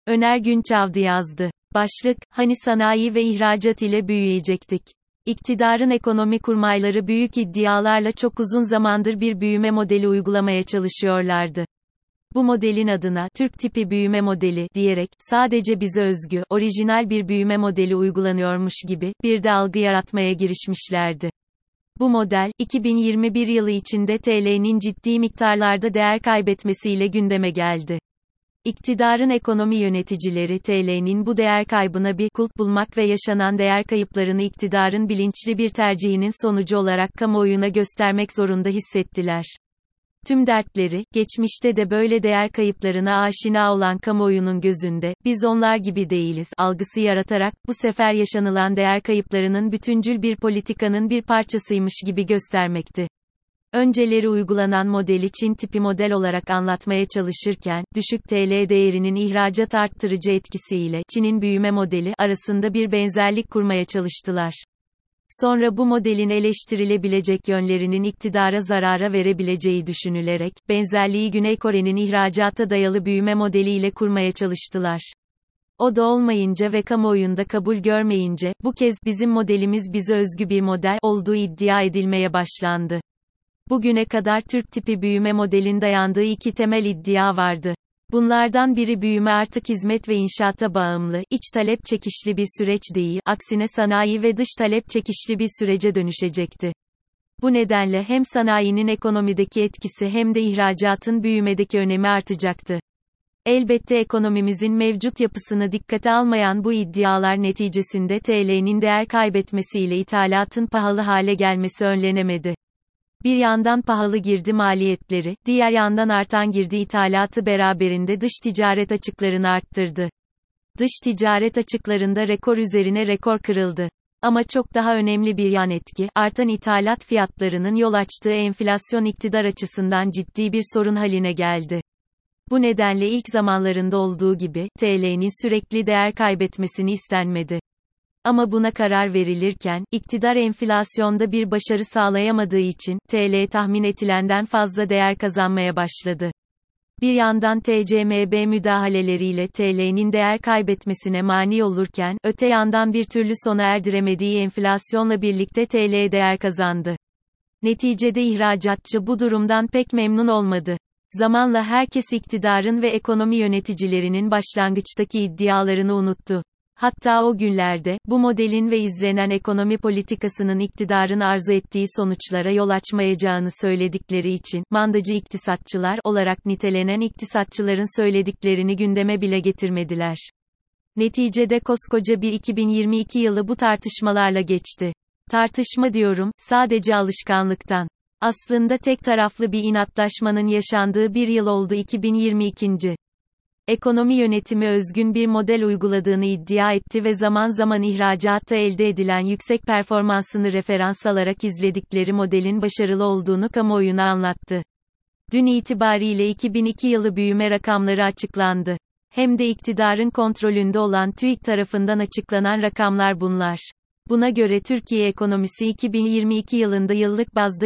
Öner Günçavdı yazdı. Başlık, hani sanayi ve ihracat ile büyüyecektik. İktidarın ekonomi kurmayları büyük iddialarla çok uzun zamandır bir büyüme modeli uygulamaya çalışıyorlardı. Bu modelin adına Türk tipi büyüme modeli diyerek sadece bize özgü, orijinal bir büyüme modeli uygulanıyormuş gibi bir de algı yaratmaya girişmişlerdi. Bu model, 2021 yılı içinde TL'nin ciddi miktarlarda değer kaybetmesiyle gündeme geldi. İktidarın ekonomi yöneticileri TL'nin bu değer kaybına bir kulp bulmak ve yaşanan değer kayıplarını iktidarın bilinçli bir tercihinin sonucu olarak kamuoyuna göstermek zorunda hissettiler. Tüm dertleri, geçmişte de böyle değer kayıplarına aşina olan kamuoyunun gözünde, biz onlar gibi değiliz, algısı yaratarak, bu sefer yaşanılan değer kayıplarının bütüncül bir politikanın bir parçasıymış gibi göstermekti. Önceleri uygulanan modeli Çin tipi model olarak anlatmaya çalışırken, düşük TL değerinin ihracat arttırıcı etkisiyle Çin'in büyüme modeli arasında bir benzerlik kurmaya çalıştılar. Sonra bu modelin eleştirilebilecek yönlerinin iktidara zarara verebileceği düşünülerek, benzerliği Güney Kore'nin ihracata dayalı büyüme modeliyle kurmaya çalıştılar. O da olmayınca ve kamuoyunda kabul görmeyince, bu kez bizim modelimiz bize özgü bir model olduğu iddia edilmeye başlandı. Bugüne kadar Türk tipi büyüme modelin dayandığı iki temel iddia vardı. Bunlardan biri büyüme artık hizmet ve inşaata bağımlı, iç talep çekişli bir süreç değil, aksine sanayi ve dış talep çekişli bir sürece dönüşecekti. Bu nedenle hem sanayinin ekonomideki etkisi hem de ihracatın büyümedeki önemi artacaktı. Elbette ekonomimizin mevcut yapısını dikkate almayan bu iddialar neticesinde TL'nin değer kaybetmesiyle ithalatın pahalı hale gelmesi önlenemedi. Bir yandan pahalı girdi maliyetleri, diğer yandan artan girdi ithalatı beraberinde dış ticaret açıklarını arttırdı. Dış ticaret açıklarında rekor üzerine rekor kırıldı. Ama çok daha önemli bir yan etki, artan ithalat fiyatlarının yol açtığı enflasyon iktidar açısından ciddi bir sorun haline geldi. Bu nedenle ilk zamanlarında olduğu gibi, TL'nin sürekli değer kaybetmesini istenmedi. Ama buna karar verilirken, iktidar enflasyonda bir başarı sağlayamadığı için, TL tahmin edilenden fazla değer kazanmaya başladı. Bir yandan TCMB müdahaleleriyle TL'nin değer kaybetmesine mani olurken, öte yandan bir türlü sona erdiremediği enflasyonla birlikte TL değer kazandı. Neticede ihracatçı bu durumdan pek memnun olmadı. Zamanla herkes iktidarın ve ekonomi yöneticilerinin başlangıçtaki iddialarını unuttu. Hatta o günlerde, bu modelin ve izlenen ekonomi politikasının iktidarın arzu ettiği sonuçlara yol açmayacağını söyledikleri için, mandacı iktisatçılar olarak nitelenen iktisatçıların söylediklerini gündeme bile getirmediler. Neticede koskoca bir 2022 yılı bu tartışmalarla geçti. Tartışma diyorum, sadece alışkanlıktan. Aslında tek taraflı bir inatlaşmanın yaşandığı bir yıl oldu 2022. Ekonomi yönetimi özgün bir model uyguladığını iddia etti ve zaman zaman ihracatta elde edilen yüksek performansını referans alarak izledikleri modelin başarılı olduğunu kamuoyuna anlattı. Dün itibariyle 2002 yılı büyüme rakamları açıklandı. Hem de iktidarın kontrolünde olan TÜİK tarafından açıklanan rakamlar bunlar. Buna göre Türkiye ekonomisi 2022 yılında yıllık bazda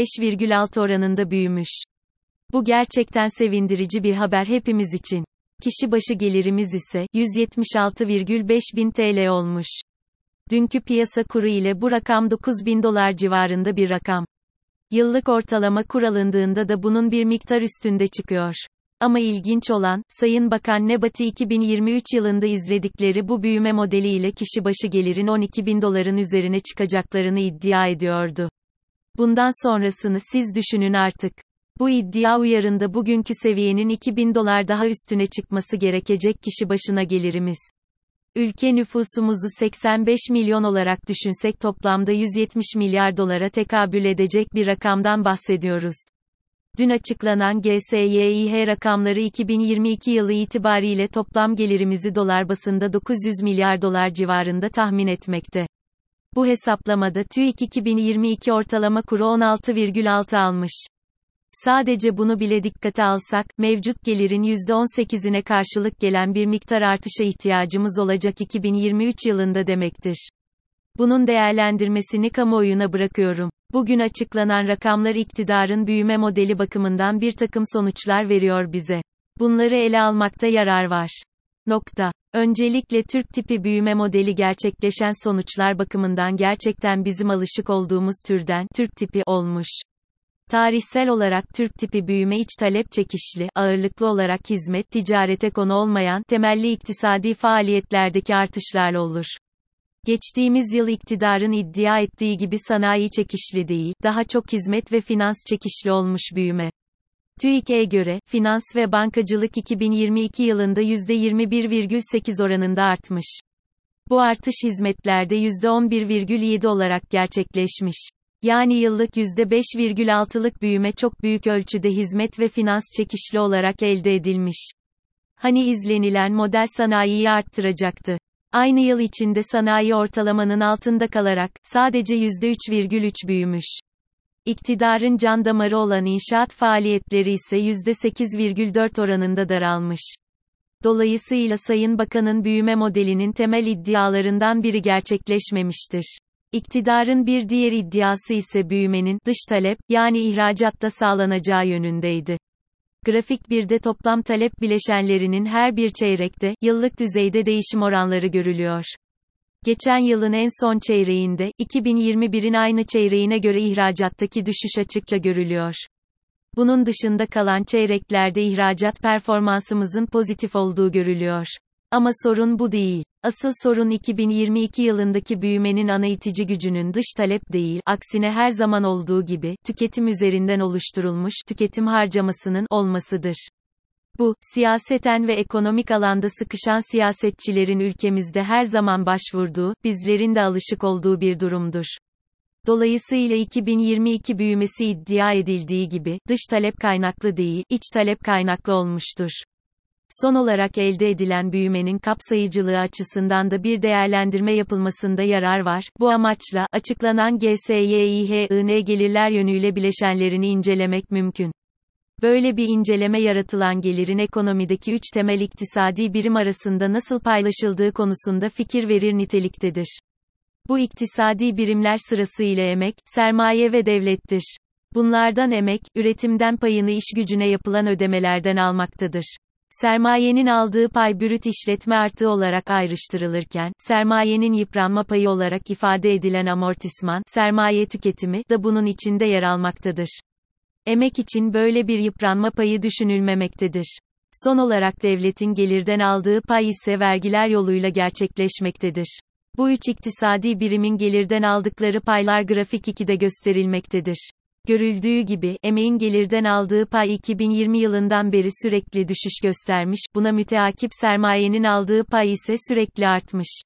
%5,6 oranında büyümüş. Bu gerçekten sevindirici bir haber hepimiz için. Kişi başı gelirimiz ise 176,5 bin TL olmuş. Dünkü piyasa kuru ile bu rakam $9.000 civarında bir rakam. Yıllık ortalama kur alındığında da bunun bir miktar üstünde çıkıyor. Ama ilginç olan, Sayın Bakan Nebati 2023 yılında izledikleri bu büyüme modeliyle kişi başı gelirin $12.000 üzerine çıkacaklarını iddia ediyordu. Bundan sonrasını siz düşünün artık. Bu iddia uyarında bugünkü seviyenin $2.000 daha üstüne çıkması gerekecek kişi başına gelirimiz. Ülke nüfusumuzu 85 milyon olarak düşünsek toplamda $170 milyar tekabül edecek bir rakamdan bahsediyoruz. Dün açıklanan GSYİH rakamları 2022 yılı itibariyle toplam gelirimizi dolar bazında $900 milyar civarında tahmin etmekte. Bu hesaplamada TÜİK 2022 ortalama kuru 16,6 almış. Sadece bunu bile dikkate alsak, mevcut gelirin %18'ine karşılık gelen bir miktar artışa ihtiyacımız olacak 2023 yılında demektir. Bunun değerlendirmesini kamuoyuna bırakıyorum. Bugün açıklanan rakamlar iktidarın büyüme modeli bakımından bir takım sonuçlar veriyor bize. Bunları ele almakta yarar var. Öncelikle Türk tipi büyüme modeli gerçekleşen sonuçlar bakımından gerçekten bizim alışık olduğumuz türden, Türk tipi olmuş. Tarihsel olarak Türk tipi büyüme iç talep çekişli, ağırlıklı olarak hizmet, ticarete konu olmayan, temelli iktisadi faaliyetlerdeki artışlarla olur. Geçtiğimiz yıl iktidarın iddia ettiği gibi sanayi çekişli değil, daha çok hizmet ve finans çekişli olmuş büyüme. TÜİK'e göre, finans ve bankacılık 2022 yılında %21,8 oranında artmış. Bu artış hizmetlerde %11,7 olarak gerçekleşmiş. Yani yıllık %5,6'lık büyüme çok büyük ölçüde hizmet ve finans çekişli olarak elde edilmiş. Hani izlenilen model sanayiyi arttıracaktı. Aynı yıl içinde sanayi ortalamanın altında kalarak, sadece %3,3 büyümüş. İktidarın can damarı olan inşaat faaliyetleri ise %8,4 oranında daralmış. Dolayısıyla Sayın Bakan'ın büyüme modelinin temel iddialarından biri gerçekleşmemiştir. İktidarın bir diğer iddiası ise büyümenin, dış talep, yani ihracatta sağlanacağı yönündeydi. Grafik 1'de toplam talep bileşenlerinin her bir çeyrekte, yıllık düzeyde değişim oranları görülüyor. Geçen yılın en son çeyreğinde, 2021'in aynı çeyreğine göre ihracattaki düşüş açıkça görülüyor. Bunun dışında kalan çeyreklerde ihracat performansımızın pozitif olduğu görülüyor. Ama sorun bu değil. Asıl sorun 2022 yılındaki büyümenin ana itici gücünün dış talep değil, aksine her zaman olduğu gibi, tüketim üzerinden oluşturulmuş tüketim harcamasının olmasıdır. Bu, siyaseten ve ekonomik alanda sıkışan siyasetçilerin ülkemizde her zaman başvurduğu, bizlerin de alışık olduğu bir durumdur. Dolayısıyla 2022 büyümesi iddia edildiği gibi, dış talep kaynaklı değil, iç talep kaynaklı olmuştur. Son olarak elde edilen büyümenin kapsayıcılığı açısından da bir değerlendirme yapılmasında yarar var. Bu amaçla, açıklanan GSYİHIN gelirler yönüyle bileşenlerini incelemek mümkün. Böyle bir inceleme yaratılan gelirin ekonomideki 3 temel iktisadi birim arasında nasıl paylaşıldığı konusunda fikir verir niteliktedir. Bu iktisadi birimler sırasıyla emek, sermaye ve devlettir. Bunlardan emek, üretimden payını iş gücüne yapılan ödemelerden almaktadır. Sermayenin aldığı pay brüt işletme artığı olarak ayrıştırılırken, sermayenin yıpranma payı olarak ifade edilen amortisman, sermaye tüketimi de bunun içinde yer almaktadır. Emek için böyle bir yıpranma payı düşünülmemektedir. Son olarak devletin gelirden aldığı pay ise vergiler yoluyla gerçekleşmektedir. Bu üç iktisadi birimin gelirden aldıkları paylar grafik 2'de gösterilmektedir. Görüldüğü gibi, emeğin gelirden aldığı pay 2020 yılından beri sürekli düşüş göstermiş, buna müteakip sermayenin aldığı pay ise sürekli artmış.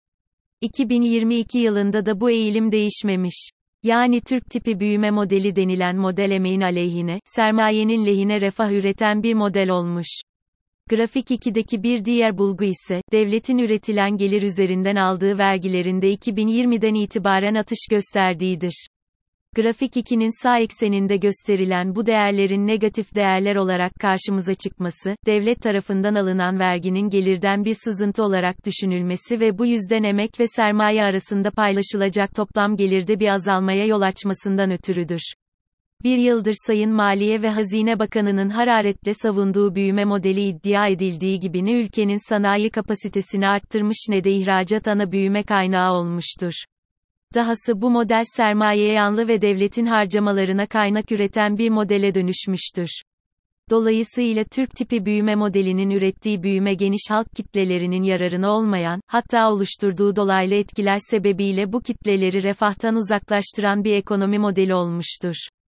2022 yılında da bu eğilim değişmemiş. Yani Türk tipi büyüme modeli denilen model emeğin aleyhine, sermayenin lehine refah üreten bir model olmuş. Grafik 2'deki bir diğer bulgu ise, devletin üretilen gelir üzerinden aldığı vergilerinde 2020'den itibaren atış gösterdiğidir. Grafik 2'nin sağ ekseninde gösterilen bu değerlerin negatif değerler olarak karşımıza çıkması, devlet tarafından alınan verginin gelirden bir sızıntı olarak düşünülmesi ve bu yüzden emek ve sermaye arasında paylaşılacak toplam gelirde bir azalmaya yol açmasından ötürüdür. Bir yıldır Sayın Maliye ve Hazine Bakanı'nın hararetle savunduğu büyüme modeli iddia edildiği gibi ne ülkenin sanayi kapasitesini arttırmış ne de ihracat ana büyüme kaynağı olmuştur. Dahası bu model sermayeye yanlı ve devletin harcamalarına kaynak üreten bir modele dönüşmüştür. Dolayısıyla Türk tipi büyüme modelinin ürettiği büyüme geniş halk kitlelerinin yararına olmayan, hatta oluşturduğu dolaylı etkiler sebebiyle bu kitleleri refahtan uzaklaştıran bir ekonomi modeli olmuştur.